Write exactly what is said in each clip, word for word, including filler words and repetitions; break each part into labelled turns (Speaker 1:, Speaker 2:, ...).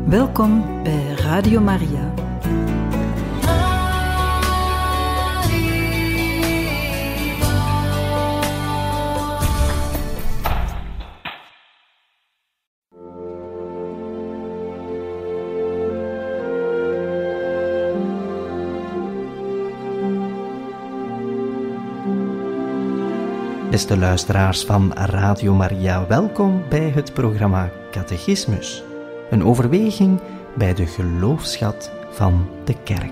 Speaker 1: Welkom bij Radio Maria.
Speaker 2: Beste luisteraars van Radio Maria, welkom bij het programma Catechismus. Een overweging bij de geloofsschat van de Kerk.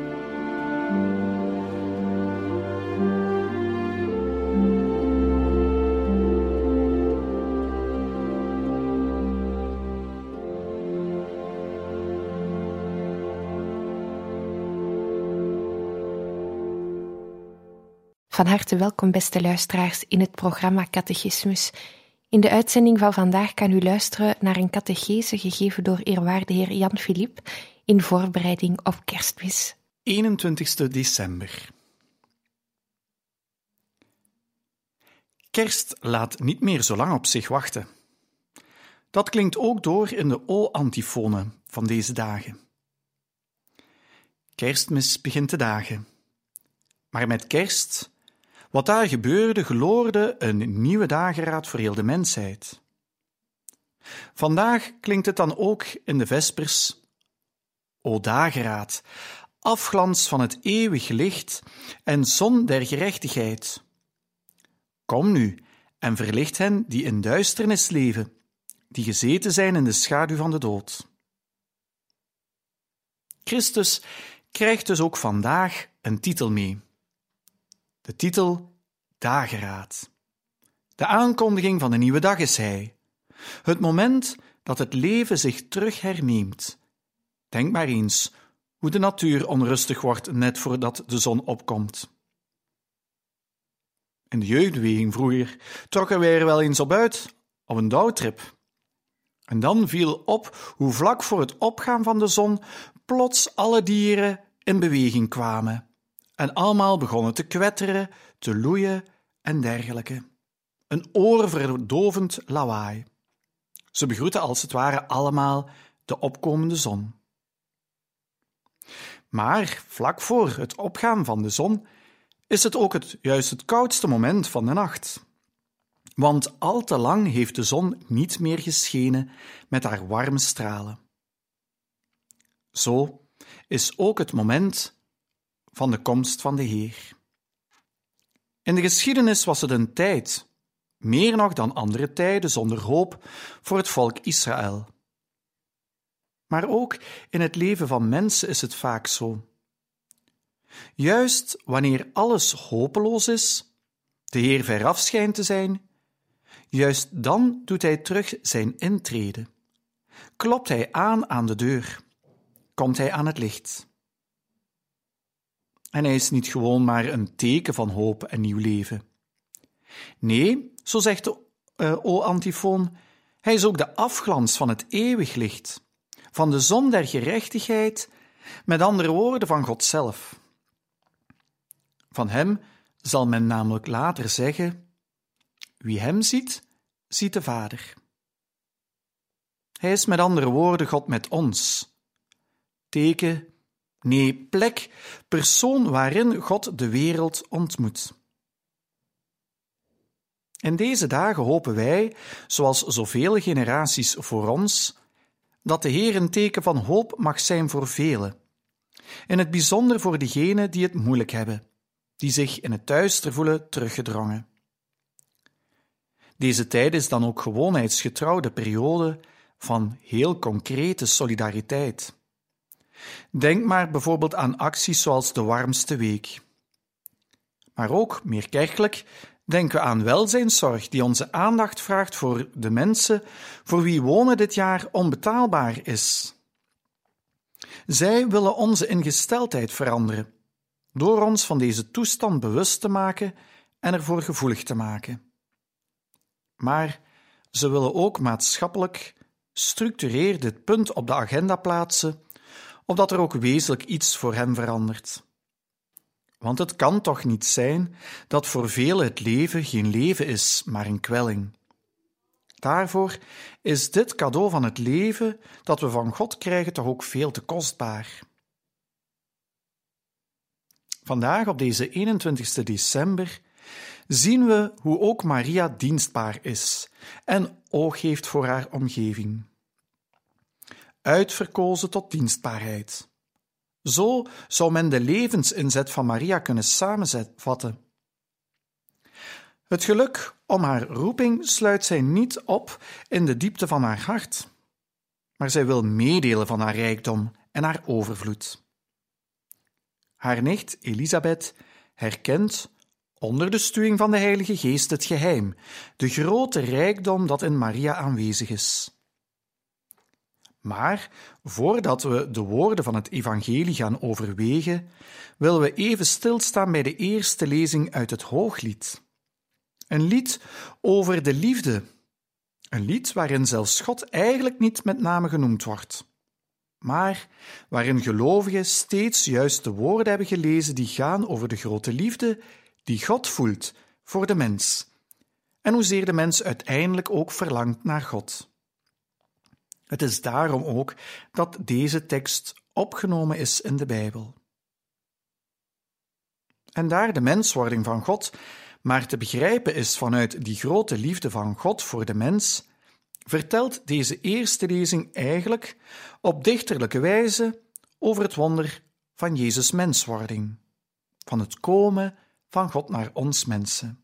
Speaker 3: Van harte welkom, beste luisteraars, in het programma Catechismus. In de uitzending van vandaag kan u luisteren naar een catechese gegeven door eerwaarde heer Jan Philippe in voorbereiding op Kerstmis.
Speaker 4: eenentwintigste december. Kerst laat niet meer zo lang op zich wachten. Dat klinkt ook door in de O-antifone van deze dagen. Kerstmis begint de dagen. Maar met kerst, wat daar gebeurde, gloorde een nieuwe dageraad voor heel de mensheid. Vandaag klinkt het dan ook in de vespers: O dageraad, afglans van het eeuwig licht en zon der gerechtigheid. Kom nu en verlicht hen die in duisternis leven, die gezeten zijn in de schaduw van de dood. Christus krijgt dus ook vandaag een titel mee. De titel Dageraad. De aankondiging van een nieuwe dag is hij. Het moment dat het leven zich terug herneemt. Denk maar eens hoe de natuur onrustig wordt net voordat de zon opkomt. In de jeugdbeweging vroeger trokken wij er wel eens op uit, op een dauwtrip. En dan viel op hoe vlak voor het opgaan van de zon plots alle dieren in beweging kwamen. En allemaal begonnen te kwetteren, te loeien en dergelijke. Een oorverdovend lawaai. Ze begroeten als het ware allemaal de opkomende zon. Maar vlak voor het opgaan van de zon is het ook het, juist het koudste moment van de nacht. Want al te lang heeft de zon niet meer geschenen met haar warme stralen. Zo is ook het moment van de komst van de Heer. In de geschiedenis was het een tijd, meer nog dan andere tijden, zonder hoop voor het volk Israël. Maar ook in het leven van mensen is het vaak zo. Juist wanneer alles hopeloos is, de Heer veraf schijnt te zijn, juist dan doet hij terug zijn intrede. Klopt hij aan aan de deur, komt hij aan het licht. En hij is niet gewoon maar een teken van hoop en nieuw leven. Nee, zo zegt de uh, O-antifoon, hij is ook de afglans van het eeuwig licht, van de zon der gerechtigheid, met andere woorden van God zelf. Van hem zal men namelijk later zeggen: wie hem ziet, ziet de Vader. Hij is met andere woorden God met ons. Teken, nee, plek, persoon waarin God de wereld ontmoet. In deze dagen hopen wij, zoals zoveel generaties voor ons, dat de Heer een teken van hoop mag zijn voor velen. In het bijzonder voor diegenen die het moeilijk hebben, die zich in het duister voelen teruggedrongen. Deze tijd is dan ook gewoonheidsgetrouw de periode van heel concrete solidariteit. Denk maar bijvoorbeeld aan acties zoals de warmste week. Maar ook, meer kerkelijk, denken we aan welzijnszorg die onze aandacht vraagt voor de mensen voor wie wonen dit jaar onbetaalbaar is. Zij willen onze ingesteldheid veranderen, door ons van deze toestand bewust te maken en ervoor gevoelig te maken. Maar ze willen ook maatschappelijk, structureer dit punt op de agenda plaatsen, opdat er ook wezenlijk iets voor hen verandert. Want het kan toch niet zijn dat voor velen het leven geen leven is, maar een kwelling. Daarvoor is dit cadeau van het leven dat we van God krijgen toch ook veel te kostbaar. Vandaag, op deze eenentwintigste december, zien we hoe ook Maria dienstbaar is en oog heeft voor haar omgeving. Uitverkozen tot dienstbaarheid. Zo zou men de levensinzet van Maria kunnen samenvatten. Het geluk om haar roeping sluit zij niet op in de diepte van haar hart, maar zij wil meedelen van haar rijkdom en haar overvloed. Haar nicht Elisabeth herkent onder de stuwing van de Heilige Geest het geheim, de grote rijkdom dat in Maria aanwezig is. Maar voordat we de woorden van het evangelie gaan overwegen, willen we even stilstaan bij de eerste lezing uit het Hooglied. Een lied over de liefde. Een lied waarin zelfs God eigenlijk niet met name genoemd wordt, maar waarin gelovigen steeds juist de woorden hebben gelezen die gaan over de grote liefde die God voelt voor de mens en hoezeer de mens uiteindelijk ook verlangt naar God. Het is daarom ook dat deze tekst opgenomen is in de Bijbel. En daar de menswording van God maar te begrijpen is vanuit die grote liefde van God voor de mens, vertelt deze eerste lezing eigenlijk op dichterlijke wijze over het wonder van Jezus' menswording, van het komen van God naar ons mensen.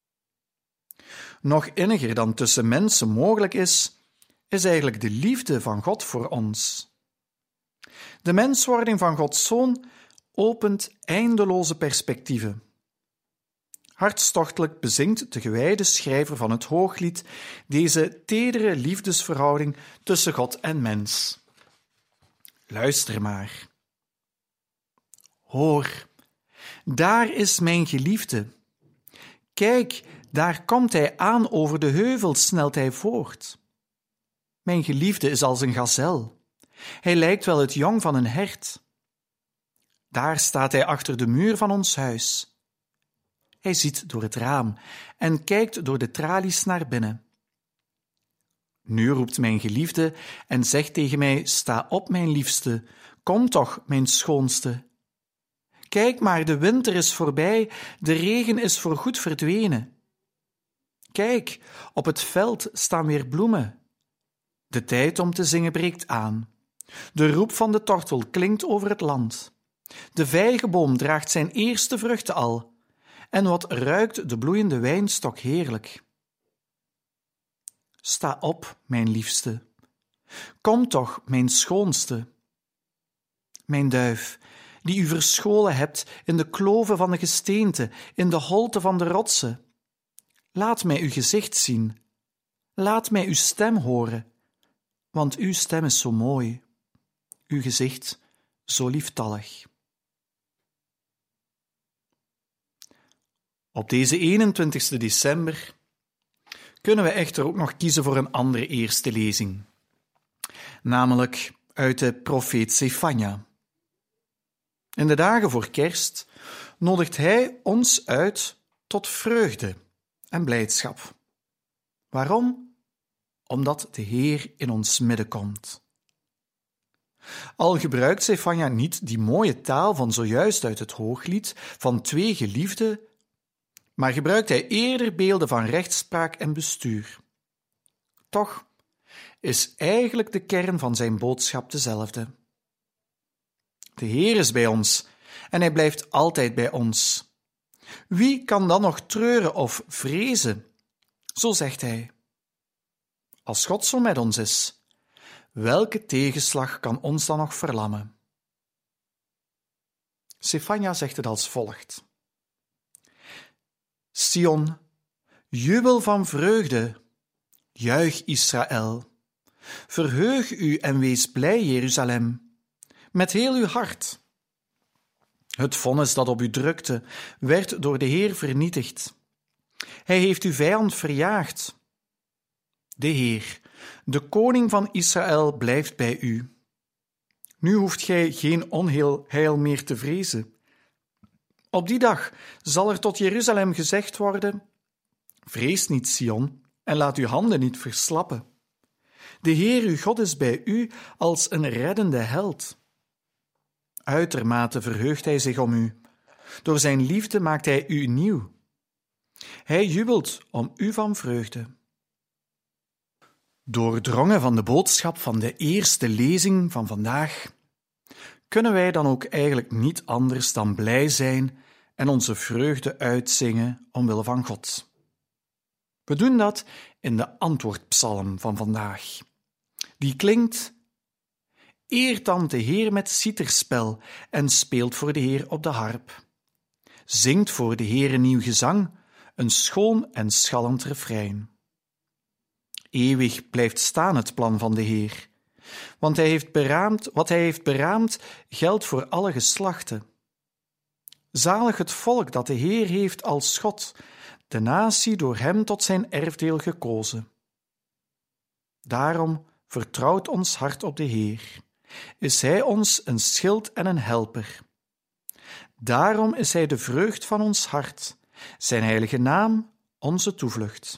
Speaker 4: Nog inniger dan tussen mensen mogelijk is, is eigenlijk de liefde van God voor ons. De menswording van Gods Zoon opent eindeloze perspectieven. Hartstochtelijk bezingt de gewijde schrijver van het Hooglied deze tedere liefdesverhouding tussen God en mens. Luister maar. Hoor, daar is mijn geliefde. Kijk, daar komt hij aan over de heuvel, snelt hij voort. Mijn geliefde is als een gazel. Hij lijkt wel het jong van een hert. Daar staat hij achter de muur van ons huis. Hij ziet door het raam en kijkt door de tralies naar binnen. Nu roept mijn geliefde en zegt tegen mij: sta op, mijn liefste, kom toch, mijn schoonste. Kijk maar, de winter is voorbij, de regen is voorgoed verdwenen. Kijk, op het veld staan weer bloemen. De tijd om te zingen breekt aan. De roep van de tortel klinkt over het land. De vijgenboom draagt zijn eerste vruchten al. En wat ruikt de bloeiende wijnstok heerlijk. Sta op, mijn liefste. Kom toch, mijn schoonste. Mijn duif, die u verscholen hebt in de kloven van de gesteente, in de holte van de rotsen. Laat mij uw gezicht zien. Laat mij uw stem horen, want uw stem is zo mooi, uw gezicht zo lieftallig. Op deze eenentwintigste december kunnen we echter ook nog kiezen voor een andere eerste lezing, namelijk uit de profeet Sefanja. In de dagen voor kerst nodigt hij ons uit tot vreugde en blijdschap. Waarom? Omdat de Heer in ons midden komt. Al gebruikt Sefanja niet die mooie taal van zojuist uit het Hooglied van twee geliefden, maar gebruikt hij eerder beelden van rechtspraak en bestuur. Toch is eigenlijk de kern van zijn boodschap dezelfde. De Heer is bij ons en hij blijft altijd bij ons. Wie kan dan nog treuren of vrezen? Zo zegt hij. Als God zo met ons is, welke tegenslag kan ons dan nog verlammen? Sefanja zegt het als volgt. Sion, jubel van vreugde, juich Israël. Verheug u en wees blij, Jeruzalem, met heel uw hart. Het vonnis dat op u drukte, werd door de Heer vernietigd. Hij heeft uw vijand verjaagd. De Heer, de koning van Israël, blijft bij u. Nu hoeft gij geen onheil meer te vrezen. Op die dag zal er tot Jeruzalem gezegd worden: vrees niet, Sion, en laat uw handen niet verslappen. De Heer uw God is bij u als een reddende held. Uitermate verheugt hij zich om u. Door zijn liefde maakt hij u nieuw. Hij jubelt om u van vreugde. Doordrongen van de boodschap van de eerste lezing van vandaag, kunnen wij dan ook eigenlijk niet anders dan blij zijn en onze vreugde uitzingen omwille van God. We doen dat in de antwoordpsalm van vandaag. Die klinkt: eert dan de Heer met citerspel en speelt voor de Heer op de harp. Zingt voor de Heer een nieuw gezang, een schoon en schallend refrein. Eeuwig blijft staan het plan van de Heer, want hij heeft beraamd, wat hij heeft beraamd geldt voor alle geslachten. Zalig het volk dat de Heer heeft als God, de natie door hem tot zijn erfdeel gekozen. Daarom vertrouwt ons hart op de Heer. Is hij ons een schild en een helper. Daarom is hij de vreugd van ons hart, zijn heilige naam onze toevlucht.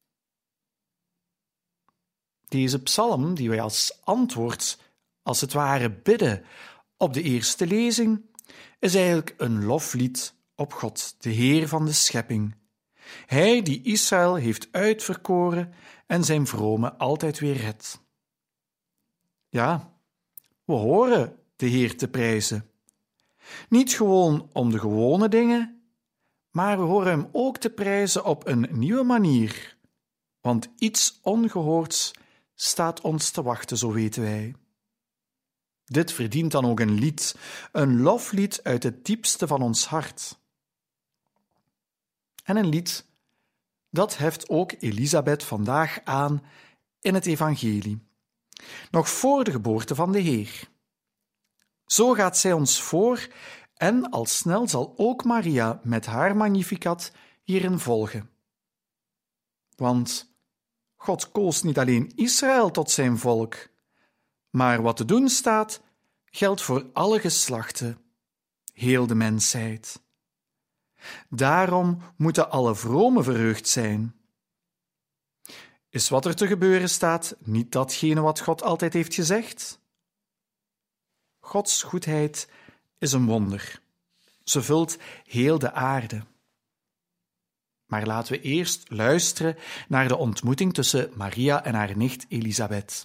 Speaker 4: Deze psalm, die wij als antwoord, als het ware bidden op de eerste lezing, is eigenlijk een loflied op God, de Heer van de schepping. Hij die Israël heeft uitverkoren en zijn vrome altijd weer redt. Ja, we horen de Heer te prijzen. Niet gewoon om de gewone dingen, maar we horen hem ook te prijzen op een nieuwe manier. Want iets ongehoords staat ons te wachten, zo weten wij. Dit verdient dan ook een lied, een loflied uit het diepste van ons hart. En een lied, dat heft ook Elisabeth vandaag aan in het evangelie, nog voor de geboorte van de Heer. Zo gaat zij ons voor en al snel zal ook Maria met haar Magnificat hierin volgen. Want God koos niet alleen Israël tot zijn volk, maar wat te doen staat, geldt voor alle geslachten, heel de mensheid. Daarom moeten alle vromen verheugd zijn. Is wat er te gebeuren staat niet datgene wat God altijd heeft gezegd? Gods goedheid is een wonder. Ze vult heel de aarde. Maar laten we eerst luisteren naar de ontmoeting tussen Maria en haar nicht Elisabeth.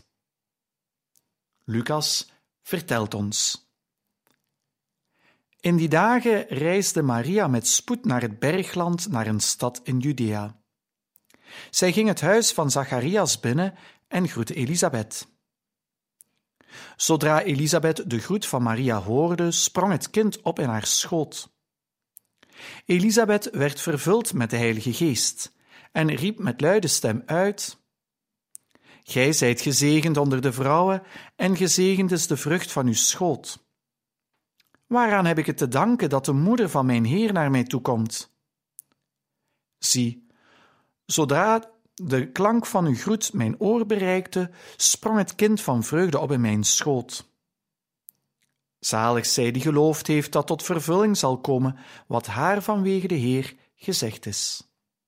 Speaker 4: Lucas vertelt ons. In die dagen reisde Maria met spoed naar het bergland, naar een stad in Judea. Zij ging het huis van Zacharias binnen en groette Elisabeth. Zodra Elisabeth de groet van Maria hoorde, sprong het kind op in haar schoot. Elisabeth werd vervuld met de Heilige Geest en riep met luide stem uit: Gij zijt gezegend onder de vrouwen en gezegend is de vrucht van uw schoot. Waaraan heb ik het te danken dat de moeder van mijn Heer naar mij toekomt? Zie, zodra de klank van uw groet mijn oor bereikte, sprong het kind van vreugde op in mijn schoot. Zalig zij die geloofd heeft dat tot vervulling zal komen wat haar vanwege de Heer gezegd is.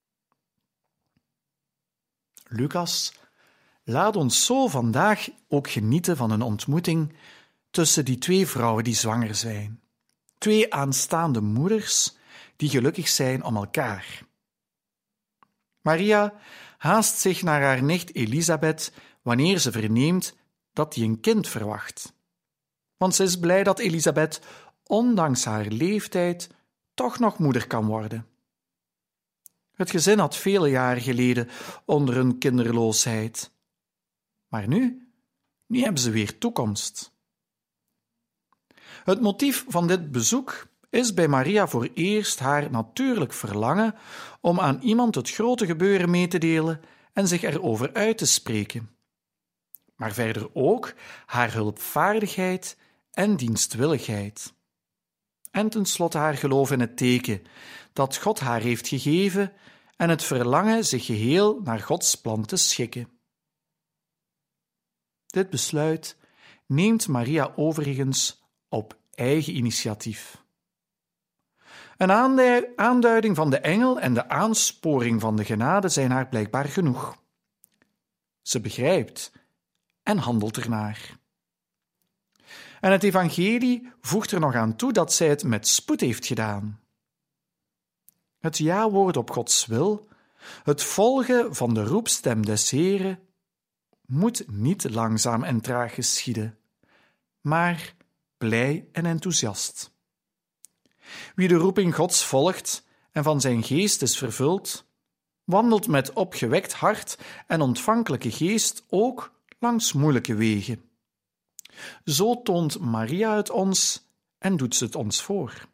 Speaker 4: Lucas laat ons zo vandaag ook genieten van een ontmoeting tussen die twee vrouwen die zwanger zijn. Twee aanstaande moeders die gelukkig zijn om elkaar. Maria haast zich naar haar nicht Elisabeth wanneer ze verneemt dat die een kind verwacht. Want ze is blij dat Elisabeth, ondanks haar leeftijd, toch nog moeder kan worden. Het gezin had vele jaren geleden onder hun kinderloosheid. Maar nu, nu hebben ze weer toekomst. Het motief van dit bezoek is bij Maria voor eerst haar natuurlijk verlangen om aan iemand het grote gebeuren mee te delen en zich erover uit te spreken. Maar verder ook haar hulpvaardigheid en dienstwilligheid. En tenslotte haar geloof in het teken dat God haar heeft gegeven en het verlangen zich geheel naar Gods plan te schikken. Dit besluit neemt Maria overigens op eigen initiatief. Een aanduiding van de engel en de aansporing van de genade zijn haar blijkbaar genoeg. Ze begrijpt en handelt ernaar. En het evangelie voegt er nog aan toe dat zij het met spoed heeft gedaan. Het ja-woord op Gods wil, het volgen van de roepstem des Heren, moet niet langzaam en traag geschieden, maar blij en enthousiast. Wie de roeping Gods volgt en van zijn geest is vervuld, wandelt met opgewekt hart en ontvankelijke geest ook langs moeilijke wegen. Zo toont Maria het ons en doet ze het ons voor.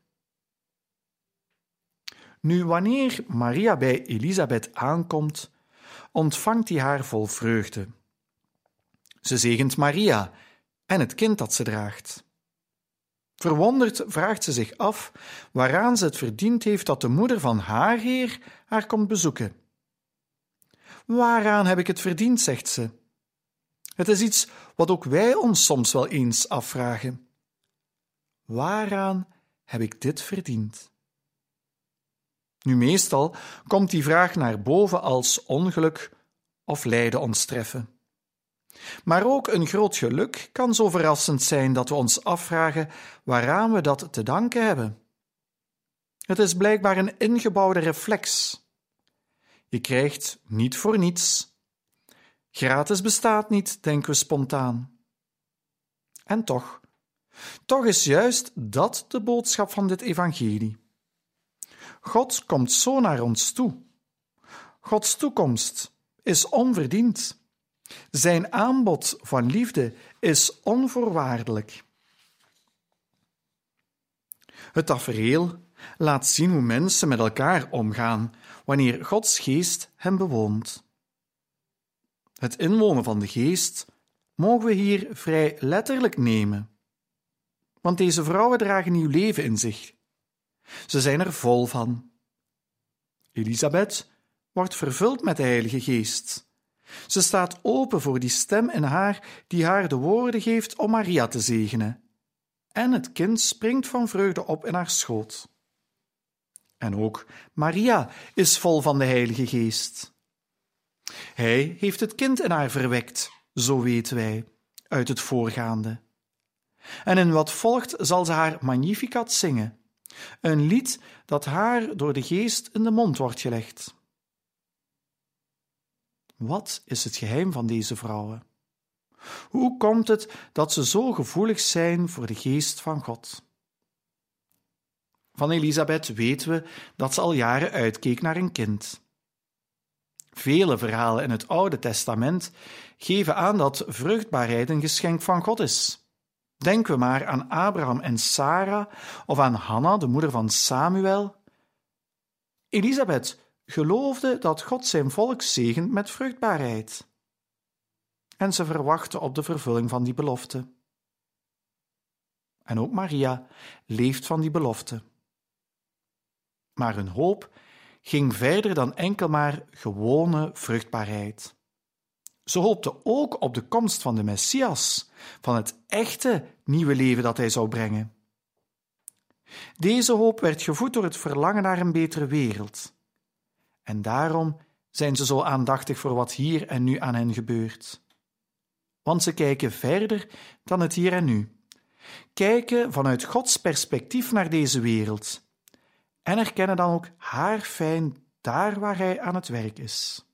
Speaker 4: Nu, wanneer Maria bij Elisabeth aankomt, ontvangt hij haar vol vreugde. Ze zegent Maria en het kind dat ze draagt. Verwonderd vraagt ze zich af waaraan ze het verdiend heeft dat de moeder van haar Heer haar komt bezoeken. Waaraan heb ik het verdiend, zegt ze. Het is iets wat ook wij ons soms wel eens afvragen. Waaraan heb ik dit verdiend? Nu, meestal komt die vraag naar boven als ongeluk of lijden ons treffen. Maar ook een groot geluk kan zo verrassend zijn dat we ons afvragen waaraan we dat te danken hebben. Het is blijkbaar een ingebouwde reflex. Je krijgt niet voor niets. Gratis bestaat niet, denken we spontaan. En toch, toch is juist dat de boodschap van dit evangelie. God komt zo naar ons toe. Gods toekomst is onverdiend. Zijn aanbod van liefde is onvoorwaardelijk. Het tafereel laat zien hoe mensen met elkaar omgaan wanneer Gods geest hen bewoont. Het inwonen van de geest mogen we hier vrij letterlijk nemen. Want deze vrouwen dragen nieuw leven in zich. Ze zijn er vol van. Elisabeth wordt vervuld met de Heilige Geest. Ze staat open voor die stem in haar die haar de woorden geeft om Maria te zegenen. En het kind springt van vreugde op in haar schoot. En ook Maria is vol van de Heilige Geest. Hij heeft het kind in haar verwekt, zo weten wij, uit het voorgaande. En in wat volgt zal ze haar Magnificat zingen, een lied dat haar door de Geest in de mond wordt gelegd. Wat is het geheim van deze vrouwen? Hoe komt het dat ze zo gevoelig zijn voor de Geest van God? Van Elisabeth weten we dat ze al jaren uitkeek naar een kind. Vele verhalen in het Oude Testament geven aan dat vruchtbaarheid een geschenk van God is. Denken we maar aan Abraham en Sara of aan Hanna, de moeder van Samuel. Elisabeth geloofde dat God zijn volk zegent met vruchtbaarheid. En ze verwachtte op de vervulling van die belofte. En ook Maria leeft van die belofte. Maar hun hoop ging verder dan enkel maar gewone vruchtbaarheid. Ze hoopte ook op de komst van de Messias, van het echte nieuwe leven dat hij zou brengen. Deze hoop werd gevoed door het verlangen naar een betere wereld. En daarom zijn ze zo aandachtig voor wat hier en nu aan hen gebeurt. Want ze kijken verder dan het hier en nu. Kijken vanuit Gods perspectief naar deze wereld. En erkennen dan ook haar fijn daar waar hij aan het werk is.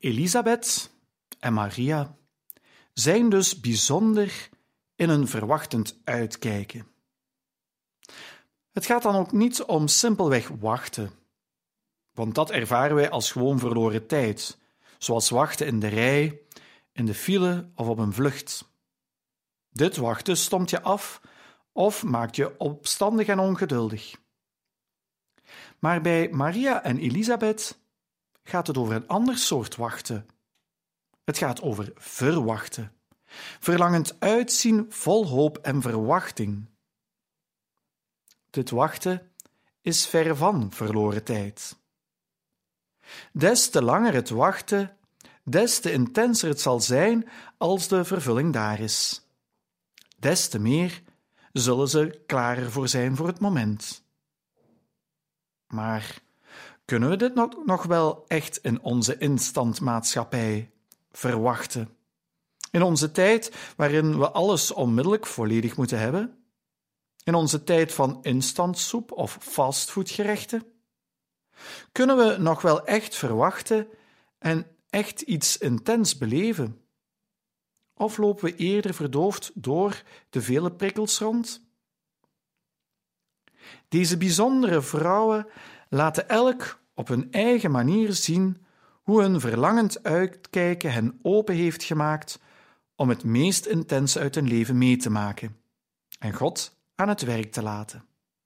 Speaker 4: Elisabeth en Maria zijn dus bijzonder in een verwachtend uitkijken. Het gaat dan ook niet om simpelweg wachten, want dat ervaren wij als gewoon verloren tijd, zoals wachten in de rij, in de file of op een vlucht. Dit wachten stomt je af of maakt je opstandig en ongeduldig. Maar bij Maria en Elisabeth gaat het over een ander soort wachten. Het gaat over verwachten, verlangend uitzien vol hoop en verwachting. Dit wachten is ver van verloren tijd. Des te langer het wachten, des te intenser het zal zijn als de vervulling daar is. Des te meer zullen ze klaar voor zijn voor het moment. Maar kunnen we dit nog, nog wel echt in onze instantmaatschappij verwachten? In onze tijd waarin we alles onmiddellijk volledig moeten hebben? In onze tijd van instantsoep of fastfoodgerechten? Kunnen we nog wel echt verwachten en echt iets intens beleven? Of lopen we eerder verdoofd door de vele prikkels rond? Deze bijzondere vrouwen laten elk op hun eigen manier zien hoe hun verlangend uitkijken hen open heeft gemaakt om het meest intense uit hun leven mee te maken en God aan het werk te laten.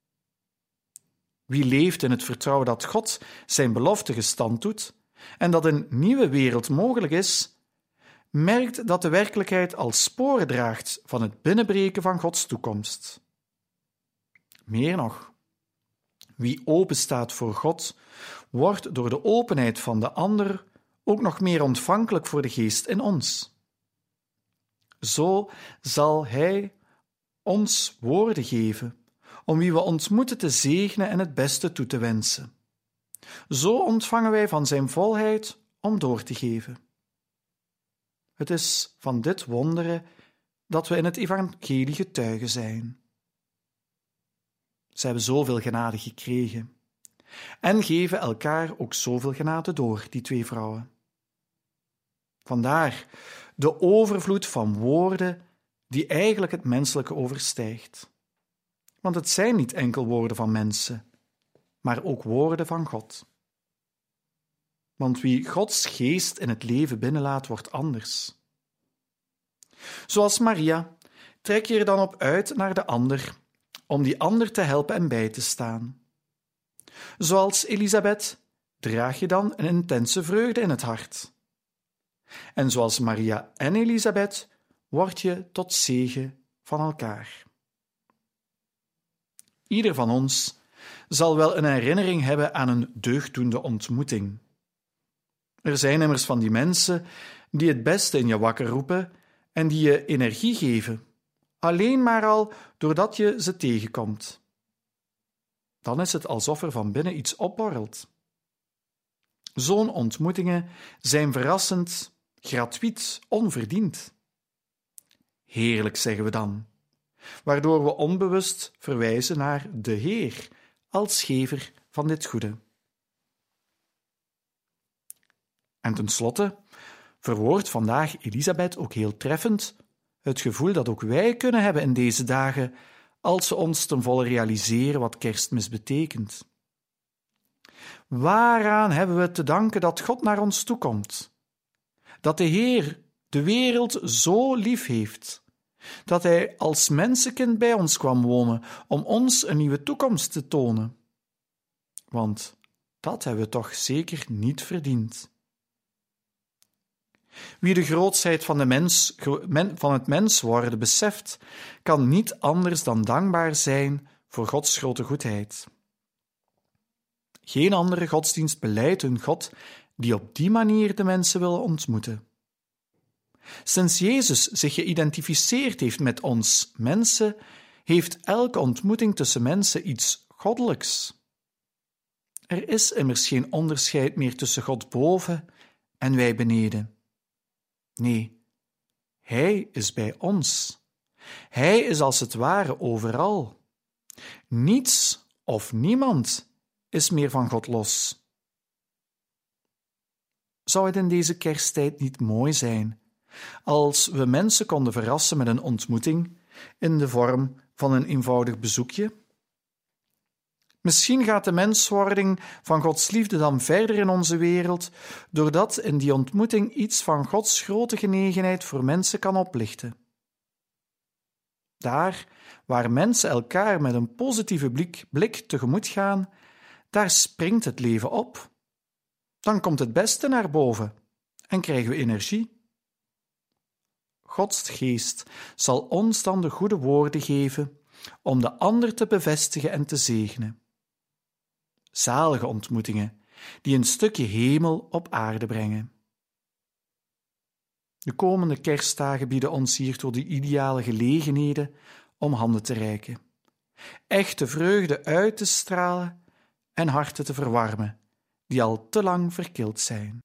Speaker 4: Wie leeft in het vertrouwen dat God zijn belofte gestand doet en dat een nieuwe wereld mogelijk is, merkt dat de werkelijkheid al sporen draagt van het binnenbreken van Gods toekomst. Meer nog, wie open staat voor God, wordt door de openheid van de ander ook nog meer ontvankelijk voor de geest in ons. Zo zal Hij ons woorden geven, om wie we ontmoeten te zegenen en het beste toe te wensen. Zo ontvangen wij van zijn volheid om door te geven. Het is van dit wonderen dat we in het evangelie getuigen zijn. Ze hebben zoveel genade gekregen en geven elkaar ook zoveel genade door, die twee vrouwen. Vandaar de overvloed van woorden die eigenlijk het menselijke overstijgt. Want het zijn niet enkel woorden van mensen, maar ook woorden van God. Want wie Gods geest in het leven binnenlaat, wordt anders. Zoals Maria, trek je er dan op uit naar de ander, om die ander te helpen en bij te staan. Zoals Elisabeth, draag je dan een intense vreugde in het hart. En zoals Maria en Elisabeth, word je tot zegen van elkaar. Ieder van ons zal wel een herinnering hebben aan een deugddoende ontmoeting. Er zijn immers van die mensen die het beste in je wakker roepen en die je energie geven, alleen maar al doordat je ze tegenkomt. Dan is het alsof er van binnen iets opborrelt. Zo'n ontmoetingen zijn verrassend, gratuit, onverdiend. Heerlijk, zeggen we dan, waardoor we onbewust verwijzen naar de Heer als gever van dit goede. En tenslotte verwoordt vandaag Elisabeth ook heel treffend het gevoel dat ook wij kunnen hebben in deze dagen als we ons ten volle realiseren wat Kerstmis betekent. Waaraan hebben we te danken dat God naar ons toekomt? Dat de Heer de wereld zo lief heeft, dat Hij als mensenkind bij ons kwam wonen om ons een nieuwe toekomst te tonen. Want dat hebben we toch zeker niet verdiend. Wie de grootsheid van, de mens, van het mens worden beseft, kan niet anders dan dankbaar zijn voor Gods grote goedheid. Geen andere godsdienst belijdt hun God die op die manier de mensen wil ontmoeten. Sinds Jezus zich geïdentificeerd heeft met ons mensen, heeft elke ontmoeting tussen mensen iets goddelijks. Er is immers geen onderscheid meer tussen God boven en wij beneden. Nee, Hij is bij ons. Hij is als het ware overal. Niets of niemand is meer van God los. Zou het in deze kersttijd niet mooi zijn als we mensen konden verrassen met een ontmoeting in de vorm van een eenvoudig bezoekje? Misschien gaat de menswording van Gods liefde dan verder in onze wereld, doordat in die ontmoeting iets van Gods grote genegenheid voor mensen kan oplichten. Daar waar mensen elkaar met een positieve blik, blik tegemoet gaan, daar springt het leven op. Dan komt het beste naar boven en krijgen we energie. Gods geest zal ons dan de goede woorden geven om de ander te bevestigen en te zegenen. Zalige ontmoetingen die een stukje hemel op aarde brengen. De komende kerstdagen bieden ons hiertoe de ideale gelegenheden om handen te reiken, echte vreugde uit te stralen en harten te verwarmen die al te lang verkild zijn.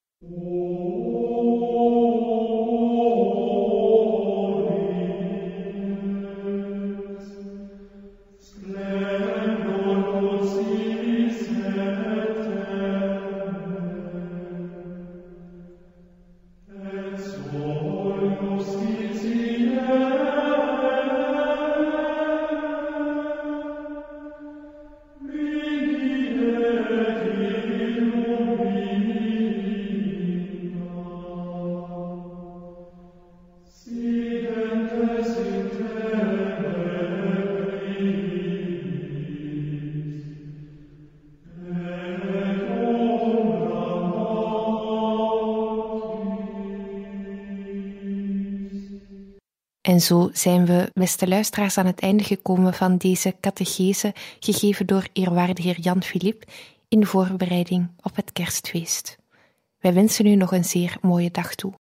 Speaker 3: En zo zijn we, beste luisteraars, aan het einde gekomen van deze catechese, gegeven door eerwaarde heer Jan Philippe, in voorbereiding op het kerstfeest. Wij wensen u nog een zeer mooie dag toe.